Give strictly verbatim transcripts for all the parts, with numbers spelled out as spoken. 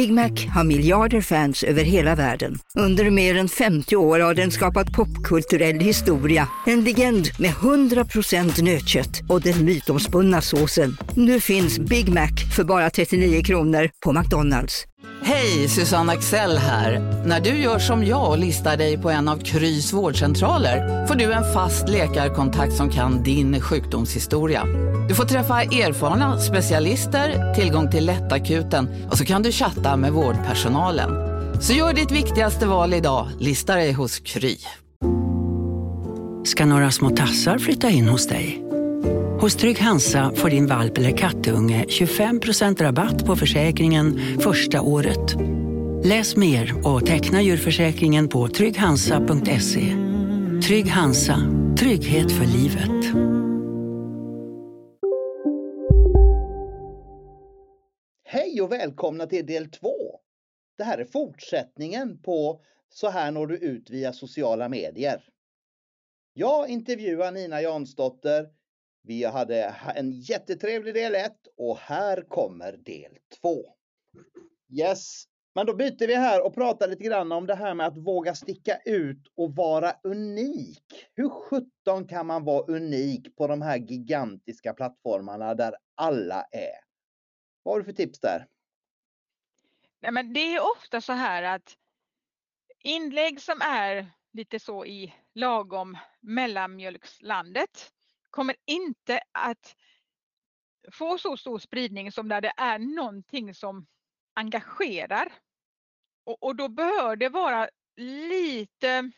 Big Mac har miljarder fans över hela världen. Under mer än femtio år har den skapat popkulturell historia. En legend med hundra procent nötkött och den mytomspunna såsen. Nu finns Big Mac för bara trettionio kronor på McDonald's. Hej, Susanne Axel här. När du gör som jag och listar dig på en av Krys vårdcentraler får du en fast läkarkontakt som kan din sjukdomshistoria. Du får träffa erfarna specialister, tillgång till lättakuten och så kan du chatta med vårdpersonalen. Så gör ditt viktigaste val idag, lista dig hos Kry. Ska några små tassar flytta in hos dig? Hos Trygg Hansa får din valp eller kattunge tjugofem procent rabatt på försäkringen första året. Läs mer och teckna djurförsäkringen på trygg hansa punkt se. Trygg Hansa, trygghet för livet. Hej och välkomna till del två. Det här är fortsättningen på Så här når du ut via sociala medier. Jag intervjuar Nina Jansdotter. Vi hade en jättetrevlig del ett och här kommer del två. Yes, men då byter vi här och pratar lite grann om det här med att våga sticka ut och vara unik. Hur sjutton kan man vara unik på de här gigantiska plattformarna där alla är? Vad har du för tips där? Nej, men det är ofta så här att inlägg som är lite så i lagom mellanmjölkslandet kommer inte att få så stor spridning som där det är någonting som engagerar. Och, och då bör det vara lite,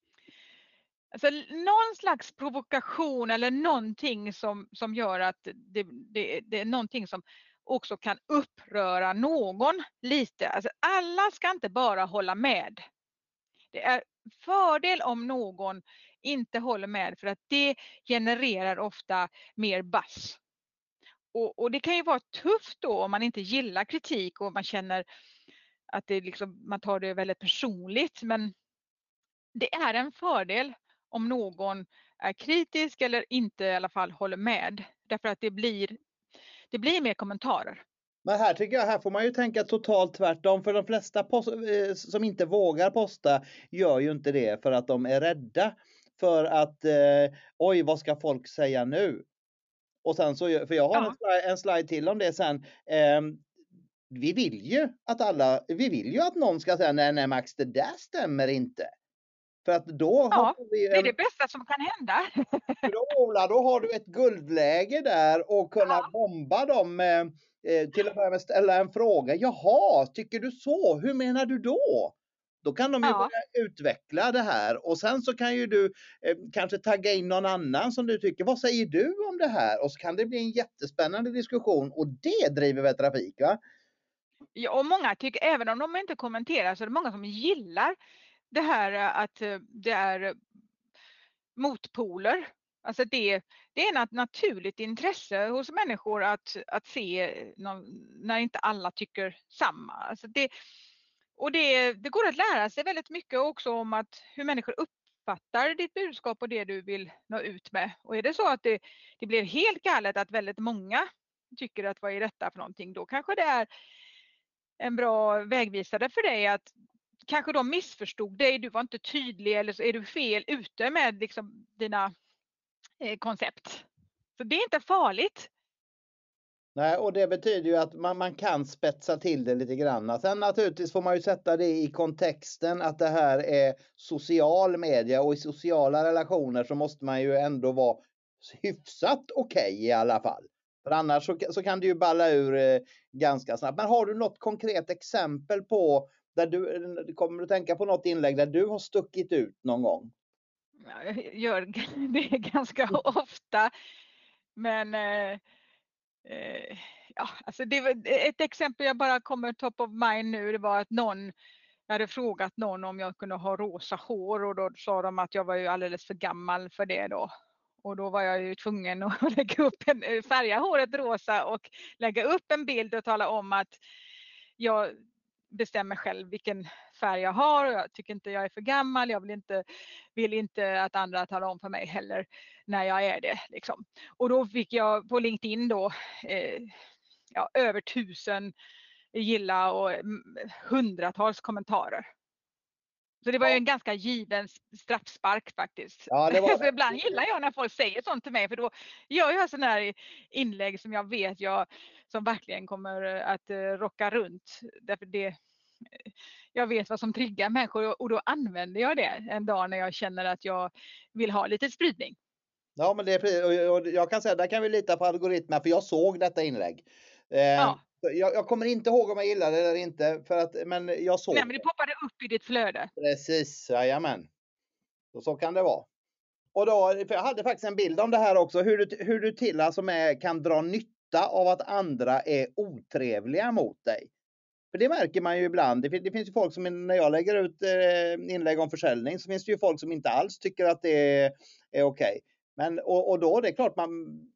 alltså någon slags provokation eller någonting som, som gör att det, det, det är någonting som också kan uppröra någon lite. Alltså alla ska inte bara hålla med. Det är fördel om någon inte håller med för att det genererar ofta mer buzz. Och, och det kan ju vara tufft då om man inte gillar kritik och man känner att det liksom, man tar det väldigt personligt. Men det är en fördel om någon är kritisk eller inte i alla fall håller med. Därför att det blir, det blir mer kommentarer. Men här tycker jag, här får man ju tänka totalt tvärtom. För de flesta post, eh, som inte vågar posta gör ju inte det för att de är rädda. För att, eh, oj vad ska folk säga nu? Och sen så, för jag har ja. en, slide, en slide till om det sen. Eh, vi vill ju att alla, vi vill ju att någon ska säga nej nej Max det där stämmer inte. För att då ja, har vi en, det är det bästa som kan hända. då, Ola, då har du ett guldläge där och kunna ja. bomba dem med Eh, till att börja med ställa en fråga. Jaha, tycker du så? Hur menar du då? Då kan de ju ja. börja utveckla det här. Och sen så kan ju du eh, kanske tagga in någon annan som du tycker. Vad säger du om det här? Och så kan det bli en jättespännande diskussion. Och det driver väl trafik, va? Ja, och många tycker, även om de inte kommenterar, så är det många som gillar det här att det är motpoler. Alltså det, det är ett naturligt intresse hos människor att, att se någon, när inte alla tycker samma. Alltså det, och det, det går att lära sig väldigt mycket också om att hur människor uppfattar ditt budskap och det du vill nå ut med. Och är det så att det, det blir helt galet att väldigt många tycker att vad är detta för någonting, då kanske det är en bra vägvisare för dig att kanske de missförstod dig, du var inte tydlig eller så är du fel ute med liksom dina koncept. Så det är inte farligt. Nej, och det betyder ju att man, man kan spetsa till det lite grann. Sen naturligtvis får man ju sätta det i kontexten att det här är social media och i sociala relationer så måste man ju ändå vara hyfsat okej okay i alla fall. För annars så, så kan det ju balla ur eh, ganska snabbt. Men har du något konkret exempel på där du kommer att tänka på något inlägg där du har stuckit ut någon gång? Jag gör det ganska ofta, men eh, eh, ja, alltså det var ett exempel jag bara kommer top of mind nu. Det var att någon, jag hade frågat någon om jag kunde ha rosa hår och då sa de att jag var ju alldeles för gammal för det då. Och då var jag ju tvungen att lägga upp en, färga håret rosa och lägga upp en bild och tala om att jag bestämmer själv vilken färg jag har och jag tycker inte jag är för gammal. Jag vill inte, vill inte att andra talar om för mig heller när jag är det. Liksom. Och då fick jag på LinkedIn då eh, ja, över tusen gilla och hundratals kommentarer. Så det var ju en ganska given straffspark faktiskt. Ja, det var... Så ibland gillar jag när folk säger sånt till mig, för då gör jag sådana här inlägg som jag vet jag som verkligen kommer att rocka runt. Därför det, jag vet vad som triggar människor och då använder jag det en dag när jag känner att jag vill ha lite spridning. Ja, men det är precis. Och jag kan säga där kan vi lita på algoritmer, för jag såg detta inlägg. Eh, ja. jag, jag kommer inte ihåg om jag gillade det eller inte, för att, men jag såg. Nej, men det poppade upp i ditt flöde. Precis, jajamän. Så, så kan det vara. Och då, för jag hade faktiskt en bild om det här också, hur du, hur du till alltså med, kan dra nytta av att andra är otrevliga mot dig. För det märker man ju ibland. Det, det finns ju folk som, när jag lägger ut eh, inlägg om försäljning, så finns det ju folk som inte alls tycker att det är, är okej. Men, och, och då det är klart, man,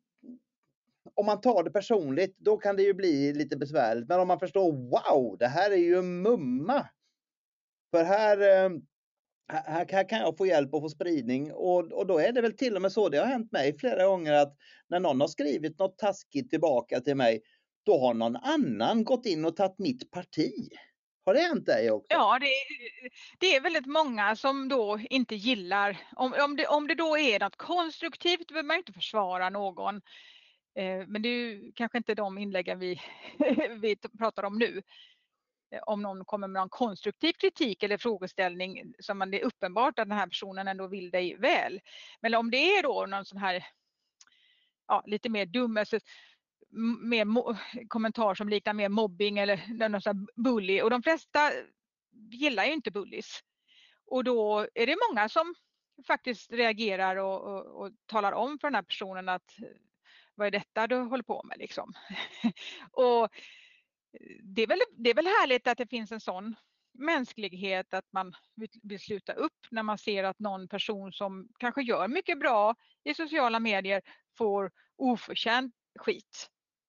om man tar det personligt, då kan det ju bli lite besvärligt. Men om man förstår, wow, det här är ju mumma. För här, här, här kan jag få hjälp och få spridning. Och, och då är det väl till och med så, det har hänt mig flera gånger, att när någon har skrivit något taskigt tillbaka till mig, då har någon annan gått in och tagit mitt parti. Har det hänt dig också? Ja, det är, det är väldigt många som då inte gillar, om, om, det, om det då är något konstruktivt, behöver man inte försvara någon. Eh, men det är ju kanske inte de inläggen vi, vi pratar om nu. Om någon kommer med någon konstruktiv kritik eller frågeställning som man, det är uppenbart att den här personen ändå vill dig väl. Men om det är då någon sån här, ja, lite mer dum, alltså, mer mo- kommentar som liknar mer mobbing eller någon sån här bully, och de flesta gillar ju inte bullies, och då är det många som faktiskt reagerar och, och, och talar om för den här personen att vad är detta du håller på med liksom. Och det är, väl, det är väl härligt att det finns en sån mänsklighet, att man vill sluta upp när man ser att någon person som kanske gör mycket bra i sociala medier får oförtjänt skit.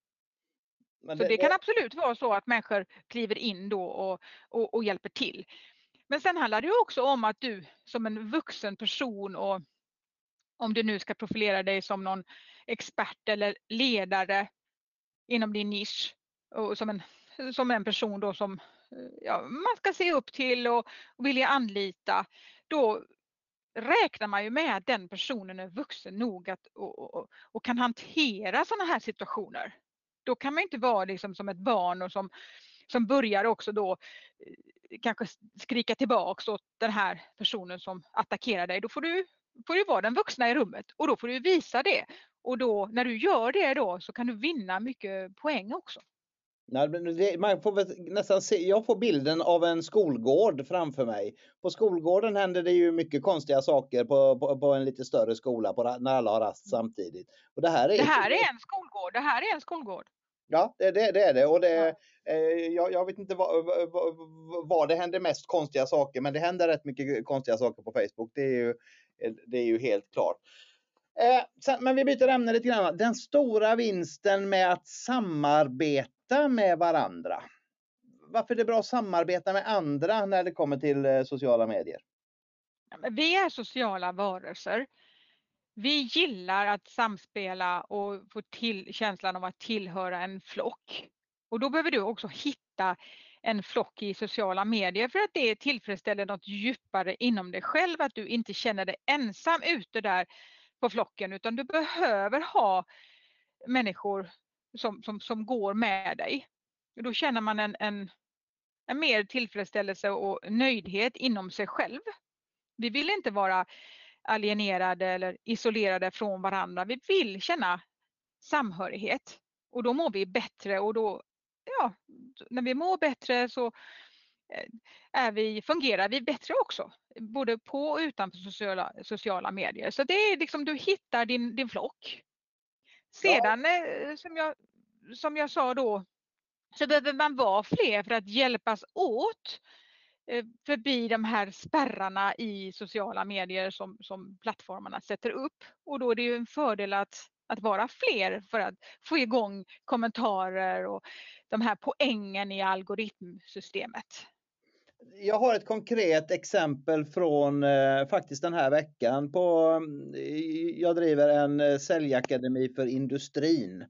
Men det, så det kan absolut vara så att människor kliver in då och, och, och hjälper till. Men sen handlar det också om att du som en vuxen person, och om du nu ska profilera dig som någon expert eller ledare inom din nisch, och som en, som en person då som ja, man ska se upp till och, och vilja anlita, då räknar man ju med att den personen är vuxen nog att, och, och, och kan hantera sådana här situationer. Då kan man inte vara liksom som ett barn och som, som börjar också då kanske skrika tillbaka åt den här personen som attackerar dig. Då får du, får du vara den vuxna i rummet, och då får du visa det. Och då, när du gör det då, så kan du vinna mycket poäng också. Nej, det, man får väl nästan se, jag får bilden av en skolgård framför mig. På skolgården händer det ju mycket konstiga saker på, på, på en lite större skola på, när alla har rast samtidigt. Och det här är, det här är en skolgård. Det här är en skolgård. Ja, det, det, det är det. Och det, ja. eh, jag, jag vet inte vad, vad, vad det händer mest konstiga saker, men det händer rätt mycket konstiga saker på Facebook. Det är ju, det är ju helt klart. Eh, sen, men vi byter ämne lite grann. Den stora vinsten med att samarbeta med varandra. Varför är det bra att samarbeta med andra när det kommer till eh, sociala medier? Vi är sociala varelser. Vi gillar att samspela och få till känslan av att tillhöra en flock. Och då behöver du också hitta en flock i sociala medier, för att det tillfredsställer något djupare inom dig själv, att du inte känner dig ensam ute där på flocken, utan du behöver ha människor som, som, som går med dig. Och då känner man en, en, en mer tillfredsställelse och nöjdhet inom sig själv. Vi vill inte vara alienerade eller isolerade från varandra. Vi vill känna samhörighet, och då mår vi bättre, och då, ja, när vi mår bättre så är vi, fungerar vi bättre också, både på och utanför sociala, sociala medier. Så det är liksom, du hittar din, din flock. Sedan ja. som, jag, som jag sa då, så behöver man vara fler för att hjälpas åt förbi de här spärrarna i sociala medier som, som plattformarna sätter upp. Och då är det ju en fördel att, att vara fler för att få igång kommentarer och de här poängen i algoritmsystemet. Jag har ett konkret exempel från eh, faktiskt den här veckan. På, jag driver en säljakademi för industrin.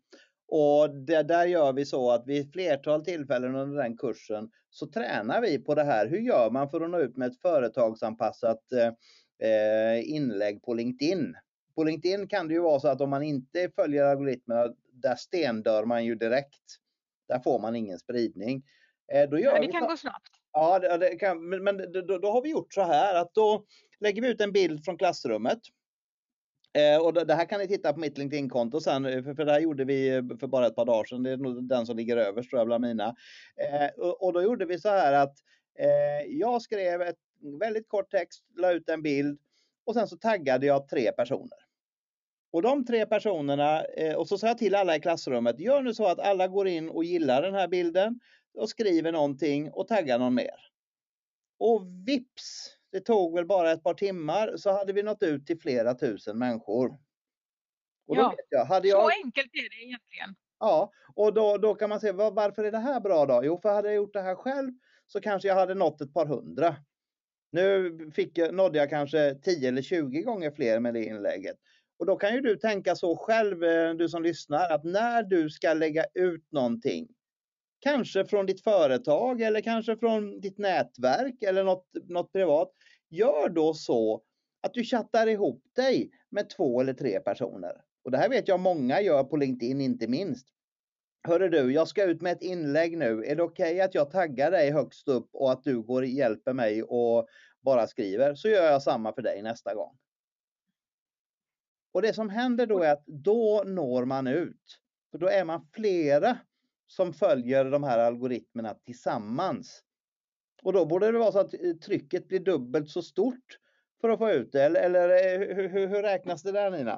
Och det, där gör vi så att vid flertal tillfällen under den kursen så tränar vi på det här. Hur gör man för att nå ut med ett företagsanpassat eh, inlägg på LinkedIn? På LinkedIn kan det ju vara så att om man inte följer algoritmerna, där stendör man ju direkt. Där får man ingen spridning. Eh, då gör Ja, det vi kan så... gå snabbt. Ja, det, det kan, men, men då, då har vi gjort så här att då lägger vi ut en bild från klassrummet. Eh, och det, det här kan ni titta på mitt LinkedIn-konto sen, för, för det här gjorde vi för bara ett par dagar sedan. Det är nog den som ligger överst tror jag bland mina. Eh, och, och då gjorde vi så här att eh, jag skrev ett väldigt kort text, la ut en bild och sen så taggade jag tre personer. Och de tre personerna, eh, och så sa jag till alla i klassrummet, gör nu så att alla går in och gillar den här bilden och skriver någonting och taggar någon mer. Och vips, det tog väl bara ett par timmar så hade vi nått ut till flera tusen människor. Och då Ja, vet jag, hade jag... så enkelt är det egentligen. Ja, och då, då kan man se var, varför är det här bra då? Jo, för hade jag gjort det här själv så kanske jag hade nått ett par hundra. Nu fick jag, nådde jag kanske tio eller tjugo gånger fler med det inlägget. Och då kan ju du tänka så själv, du som lyssnar, att när du ska lägga ut någonting, kanske från ditt företag eller kanske från ditt nätverk eller något, något privat, gör då så att du chattar ihop dig med två eller tre personer. Och det här vet jag många gör på LinkedIn inte minst. Hörru du, jag ska ut med ett inlägg nu. Är det okej okay att jag taggar dig högst upp och att du går och hjälper mig och bara skriver? Så gör jag samma för dig nästa gång. Och det som händer då är att då når man ut. För då är man flera som följer de här algoritmerna tillsammans. Och då borde det vara så att trycket blir dubbelt så stort för att få ut det. Eller, eller hur, hur, hur räknas det där, Nina?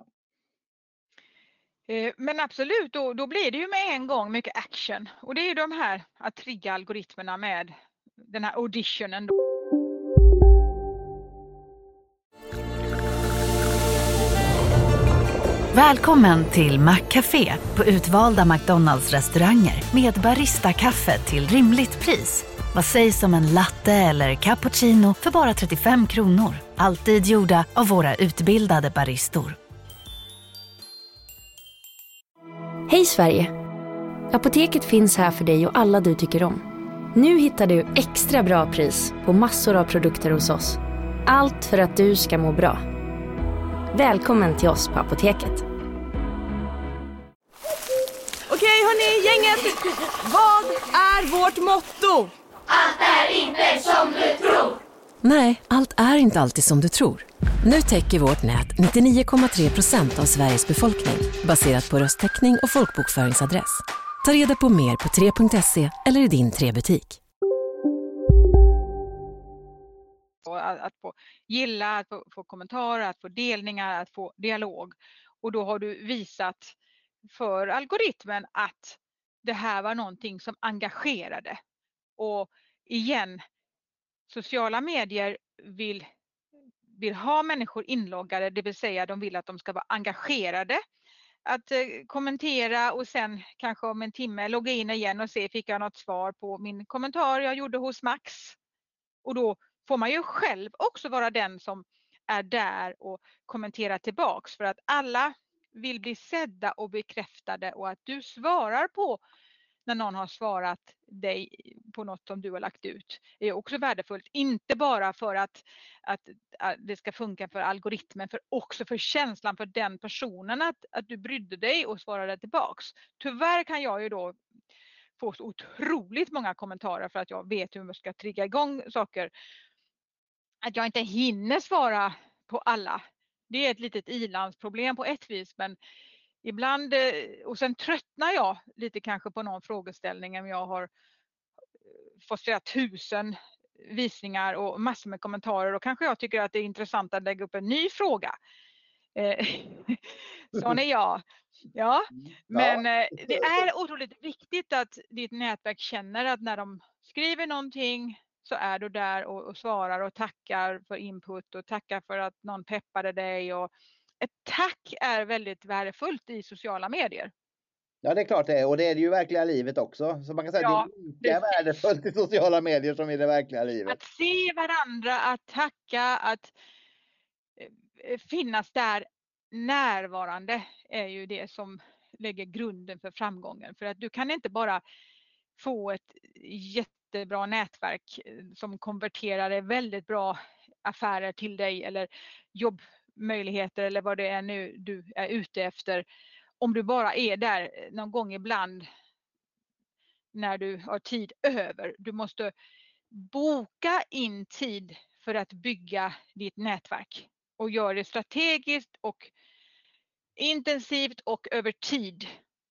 Men absolut, då, då blir det ju med en gång mycket action. Och det är ju de här att trigga algoritmerna med den här auditionen. Välkommen till Maccafé på utvalda McDonalds restauranger med Barista-kaffe till rimligt pris. Vad sägs om en latte eller cappuccino för bara trettiofem kronor? Alltid gjorda av våra utbildade baristor. Hej Sverige! Apoteket finns här för dig och alla du tycker om. Nu hittar du extra bra pris på massor av produkter hos oss. Allt för att du ska må bra. Välkommen till oss på Apoteket. Okej hörni, gänget! Vad är vårt motto? Allt är inte som du tror. Nej, allt är inte alltid som du tror. Nu täcker vårt nät nittionio komma tre procent av Sveriges befolkning baserat på röstteckning och folkbokföringsadress. Ta reda på mer på tre punkt se eller i din tre-butik. Att få gilla, att få, få kommentarer, att få delningar, att få dialog. Och då har du visat för algoritmen att det här var någonting som engagerade. Och igen, sociala medier vill, vill ha människor inloggade, det vill säga de vill att de ska vara engagerade. Att eh, kommentera och sen kanske om en timme logga in igen och se fick jag något svar på min kommentar jag gjorde hos Max. Och då får man ju själv också vara den som är där och kommenterar tillbaks. För att alla vill bli sedda och bekräftade och att du svarar på när någon har svarat dig på något som du har lagt ut är också värdefullt. Inte bara för att, att, att det ska funka för algoritmen, för också för känslan för den personen att, att du brydde dig och svarade tillbaks. Tyvärr kan jag ju då få så otroligt många kommentarer för att jag vet hur man ska trigga igång saker. Att jag inte hinner svara på alla. Det är ett litet ilandsproblem på ett vis, men ibland, och sen tröttnar jag lite kanske på någon frågeställning om jag har fått flera tusen visningar och massor med kommentarer. Då kanske jag tycker att det är intressant att lägga upp en ny fråga. Sån är jag. Ja, men det är otroligt viktigt att ditt nätverk känner att när de skriver någonting så är du där och, och svarar och tackar för input och tackar för att någon peppade dig. Och ett tack är väldigt värdefullt i sociala medier. Ja, det är klart det är. Och det är det ju i verkliga livet också. Så man kan säga ja, att det är lika värdefullt i sociala medier som i det verkliga livet. Att se varandra, att tacka, att finnas där närvarande är ju det som lägger grunden för framgången. För att du kan inte bara få ett jättebra nätverk som konverterar väldigt bra affärer till dig eller jobbmöjligheter eller vad det är nu du är ute efter. Om du bara är där någon gång ibland när du har tid över. Du måste boka in tid för att bygga ditt nätverk och göra det strategiskt och intensivt och över tid.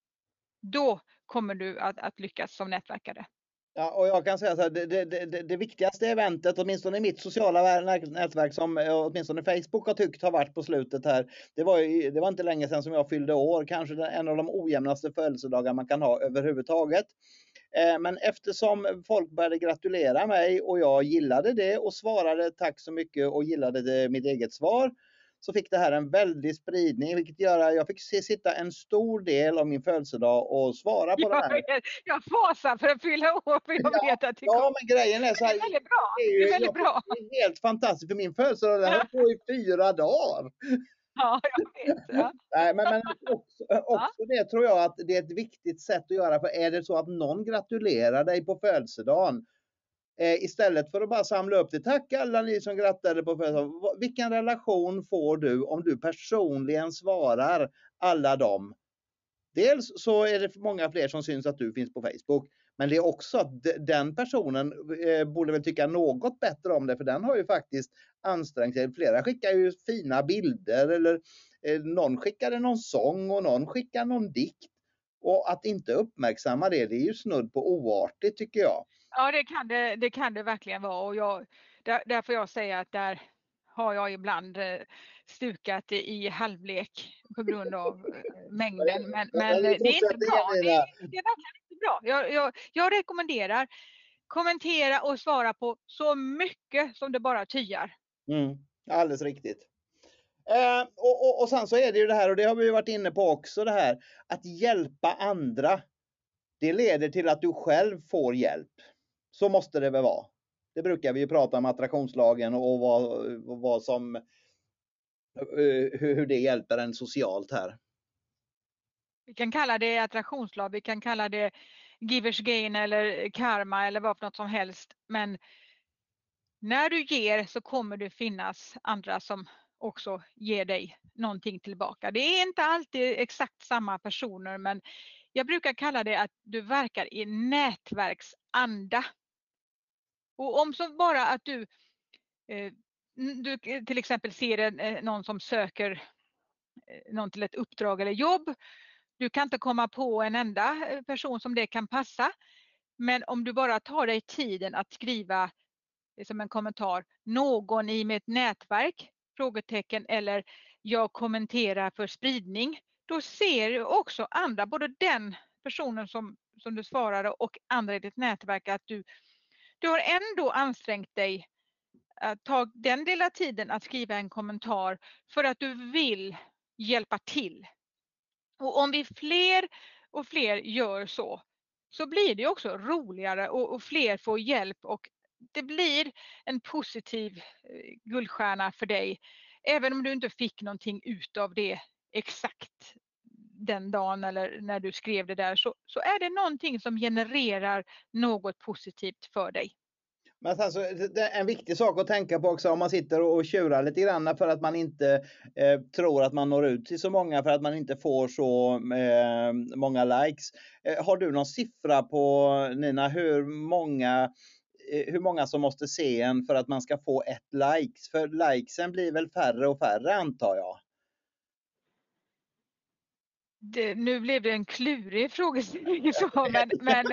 Då kommer du att, att lyckas som nätverkare. Ja, och jag kan säga så här, det, det, det, det viktigaste eventet, åtminstone i mitt sociala nätverk som åtminstone Facebook har tyckt har varit på slutet här. Det var, ju, det var inte länge sedan som jag fyllde år, kanske en av de ojämnaste födelsedagar man kan ha överhuvudtaget. Men eftersom folk började gratulera mig och jag gillade det och svarade tack så mycket och gillade det, mitt eget svar, så fick det här en väldig spridning, vilket gör att jag fick se, sitta en stor del av min födelsedag och svara på jag, det här. Jag fasar för att fylla år, för jag ja, vet att det Ja, men grejen är så här. Det är väldigt bra. Det är, ju, det är väldigt bra. Det är helt fantastiskt, för min födelsedag den höll på i fyra dagar. Ja, jag vet. Ja. Nej, men, men också, också det tror jag att det är ett viktigt sätt att göra. För är det så att någon gratulerar dig på födelsedagen, eh, istället för att bara samla upp det, tack alla ni som grattade på födelsedagen. Vilken relation får du om du personligen svarar alla dem? Dels så är det många fler som syns att du finns på Facebook. Men det är också att den personen eh, borde väl tycka något bättre om det. För den har ju faktiskt ansträngt sig. Flera skickar ju fina bilder. Eller eh, någon skickade någon sång och någon skickar någon dikt. Och att inte uppmärksamma det, det är ju snudd på oartigt tycker jag. Ja, det kan det, det, kan det verkligen vara. Och jag, där, där får jag säga att där har jag ibland eh, stukat i halvlek på grund av eh, mängden. Men, men det är inte bra. Det är, det är verkligen inte bra. Jag, jag, jag rekommenderar kommentera och svara på så mycket som det bara tyar. Mm, alldeles riktigt. Eh, och, och, och sen så är det ju det här, och det har vi ju varit inne på också, det här att hjälpa andra. Det leder till att du själv får hjälp. Så måste det väl vara. Det brukar vi ju prata om, attraktionslagen och vad, och vad som, hur, hur det hjälper en socialt här. Vi kan kalla det attraktionslag, vi kan kalla det givers gain eller karma eller vad för något som helst. Men när du ger så kommer det finnas andra som också ger dig någonting tillbaka. Det är inte alltid exakt samma personer, men jag brukar kalla det att du verkar i nätverksanda. Och om så bara att du, eh, du till exempel ser en, någon som söker eh, någon till ett uppdrag eller jobb. Du kan inte komma på en enda person som det kan passa. Men om du bara tar dig tiden att skriva eh, som en kommentar, någon i mitt nätverk, frågetecken, eller jag kommenterar för spridning. Då ser också andra, både den personen som, som du svarade och andra i ditt nätverk, att du Du har ändå ansträngt dig att ta den lilla tiden att skriva en kommentar för att du vill hjälpa till. Och om vi fler och fler gör så, så blir det också roligare och, och fler får hjälp och det blir en positiv guldstjärna för dig. Även om du inte fick någonting ut av det exakt den dagen eller när du skrev det där, så, så är det någonting som genererar något positivt för dig. Men alltså, det är en viktig sak att tänka på också om man sitter och tjurar lite grann för att man inte eh, tror att man når ut till så många, för att man inte får så eh, många likes. Eh, har du någon siffra på, Nina, hur många eh, hur många som måste se en för att man ska få ett likes? För likesen blir väl färre och färre, antar jag. Det, nu blev det en klurig frågeställning så, men, men,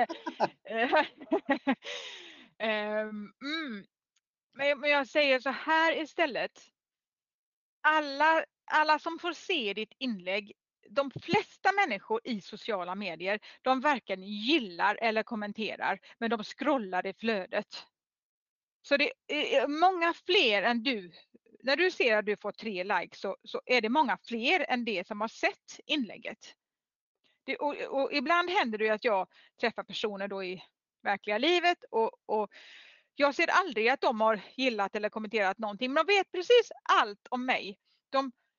um, mm, men jag säger så här istället. Alla, alla som får se ditt inlägg, de flesta människor i sociala medier, de varken gillar eller kommenterar, men de scrollar i flödet. Så det är många fler än du. När du ser att du får tre likes så, så är det många fler än det som har sett inlägget. Det, och, och ibland händer det att jag träffar personer då i verkliga livet och, och jag ser aldrig att de har gillat eller kommenterat någonting. Men de vet precis allt om mig. De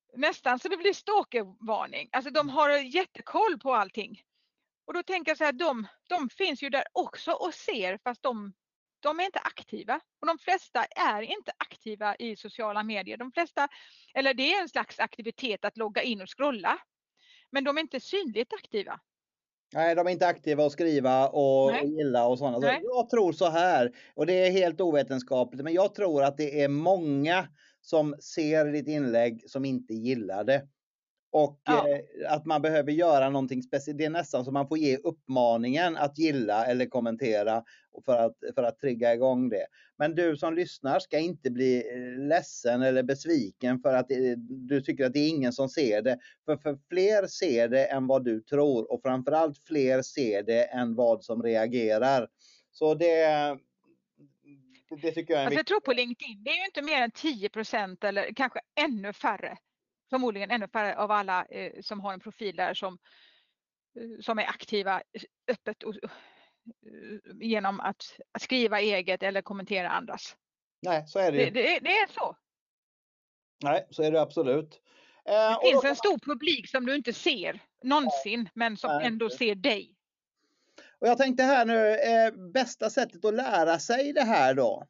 nästan så det blir stalkervarning. Alltså de har jättekoll på allting. Och då tänker jag så här, de, de finns ju där också och ser, fast de, de är inte aktiva. Och de flesta är inte aktiva i sociala medier. De flesta, eller det är en slags aktivitet att logga in och scrolla. Men de är inte synligt aktiva. Nej, de är inte aktiva och skriva och, och gilla och sådana. Så jag tror så här, och det är helt ovetenskapligt, men jag tror att det är många som ser ditt inlägg som inte gillar det. Och ja. eh, att man behöver göra någonting speciellt. Det är nästan som man får ge uppmaningen att gilla eller kommentera för att, för att trigga igång det. Men du som lyssnar ska inte bli ledsen eller besviken för att det, du tycker att det är ingen som ser det. För, för fler ser det än vad du tror, och framförallt fler ser det än vad som reagerar. Så det, det tycker jag är en alltså, jag tror på LinkedIn, det är ju inte mer än tio procent eller kanske ännu färre. Förmodligen ännu färre av alla eh, som har en profil där som, eh, som är aktiva öppet och, eh, genom att, att skriva eget eller kommentera andras. Nej, så är det ju. Det, det, det är så. Nej, så är det absolut. Eh, det finns då en stor publik som du inte ser någonsin, ja, men som nej, ändå ser dig. Och jag tänkte här nu, eh, bästa sättet att lära sig det här då.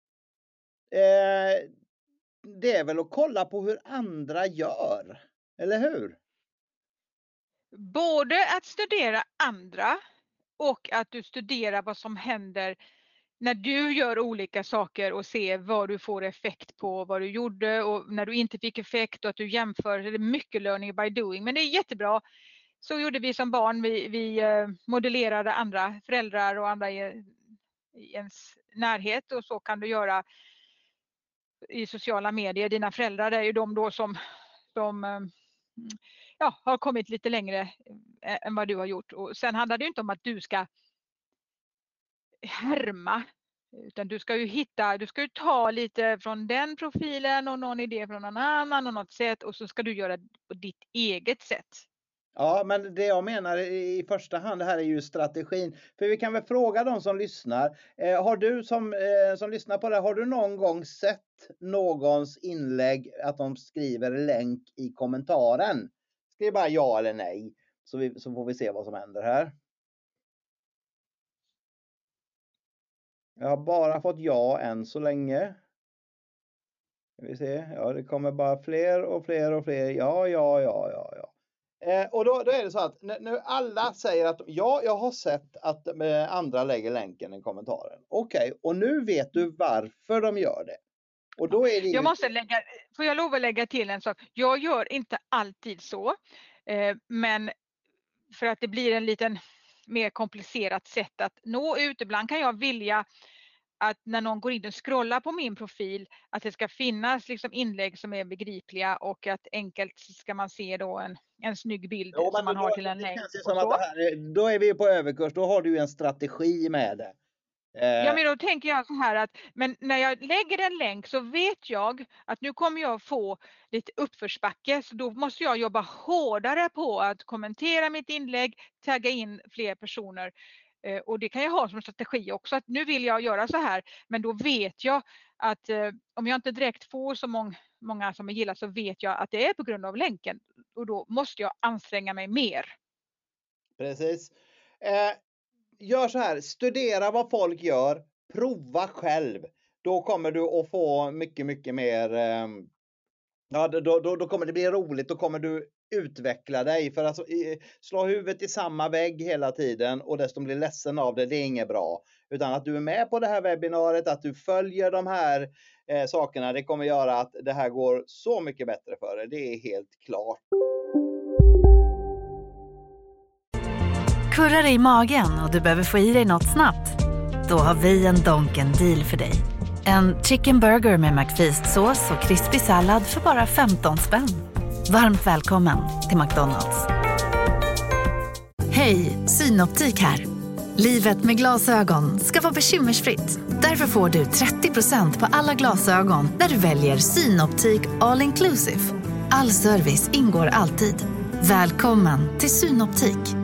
Eh, Det är väl att kolla på hur andra gör, eller hur? Både att studera andra och att du studerar vad som händer när du gör olika saker och ser vad du får effekt på, vad du gjorde och när du inte fick effekt, och att du jämför. Det är mycket learning by doing, men det är jättebra. Så gjorde vi som barn, vi, vi modellerade andra föräldrar och andra i, i ens närhet, och så kan du göra i sociala medier. Dina föräldrar är ju de då som, som ja, har kommit lite längre än vad du har gjort. Och sen handlar det ju inte om att du ska härma, utan du ska ju hitta, du ska ju ta lite från den profilen och någon idé från någon annan och något sätt, och så ska du göra det på ditt eget sätt. Ja, men det jag menar i första hand det här är ju strategin. För vi kan väl fråga de som lyssnar. Eh, har du som, eh, som lyssnar på det, har du någon gång sett någons inlägg att de skriver länk i kommentaren? Skriv bara ja eller nej, så, vi, så får vi se vad som händer här. Jag har bara fått ja än så länge. Ska vi se. Ja, det kommer bara fler och fler och fler. Ja, ja, ja, ja, ja. Eh, och då, då är det så att nu alla säger att ja, jag har sett att eh, andra lägger länken i kommentaren. Okej, okay, och nu vet du varför de gör det. Och då är det jag måste lägga, får jag lov att lägga till en sak. Jag gör inte alltid så, eh, men för att det blir en liten mer komplicerat sätt att nå ut. Ibland kan jag vilja att när någon går in och scrollar på min profil, att det ska finnas liksom inlägg som är begripliga, och att enkelt ska man se då en, en snygg bild jo, som man då, har till en länk. Som att det här, då är vi på överkurs, då har du en strategi med det. Eh. Ja, men då tänker jag så här att, men när jag lägger en länk så vet jag att nu kommer jag få lite uppförsbacke, så då måste jag jobba hårdare på att kommentera mitt inlägg, tagga in fler personer. Och det kan jag ha som strategi också, att nu vill jag göra så här, men då vet jag att eh, om jag inte direkt får så många, många som jag gillar, så vet jag att det är på grund av länken, och då måste jag anstränga mig mer. Precis. Eh, gör så här, studera vad folk gör, prova själv. Då kommer du att få mycket, mycket mer, eh, ja då, då, då kommer det bli roligt, då kommer du utveckla dig, för att slå huvudet i samma vägg hela tiden och dessutom bli ledsen av det, det är inget bra. Utan att du är med på det här webbinariet, att du följer de här eh, sakerna, det kommer göra att det här går så mycket bättre för dig, det är helt klart. Kurrar i magen och du behöver få i dig något snabbt? Då har vi en Donken deal för dig. En chicken burger med McFeast-sås och krispig sallad för bara femton spänn. Varmt välkommen till McDonald's. Hej, Synoptik här. Livet med glasögon ska vara bekymmersfritt. Därför får du trettio procent på alla glasögon när du väljer Synoptik All Inclusive. All service ingår alltid. Välkommen till Synoptik.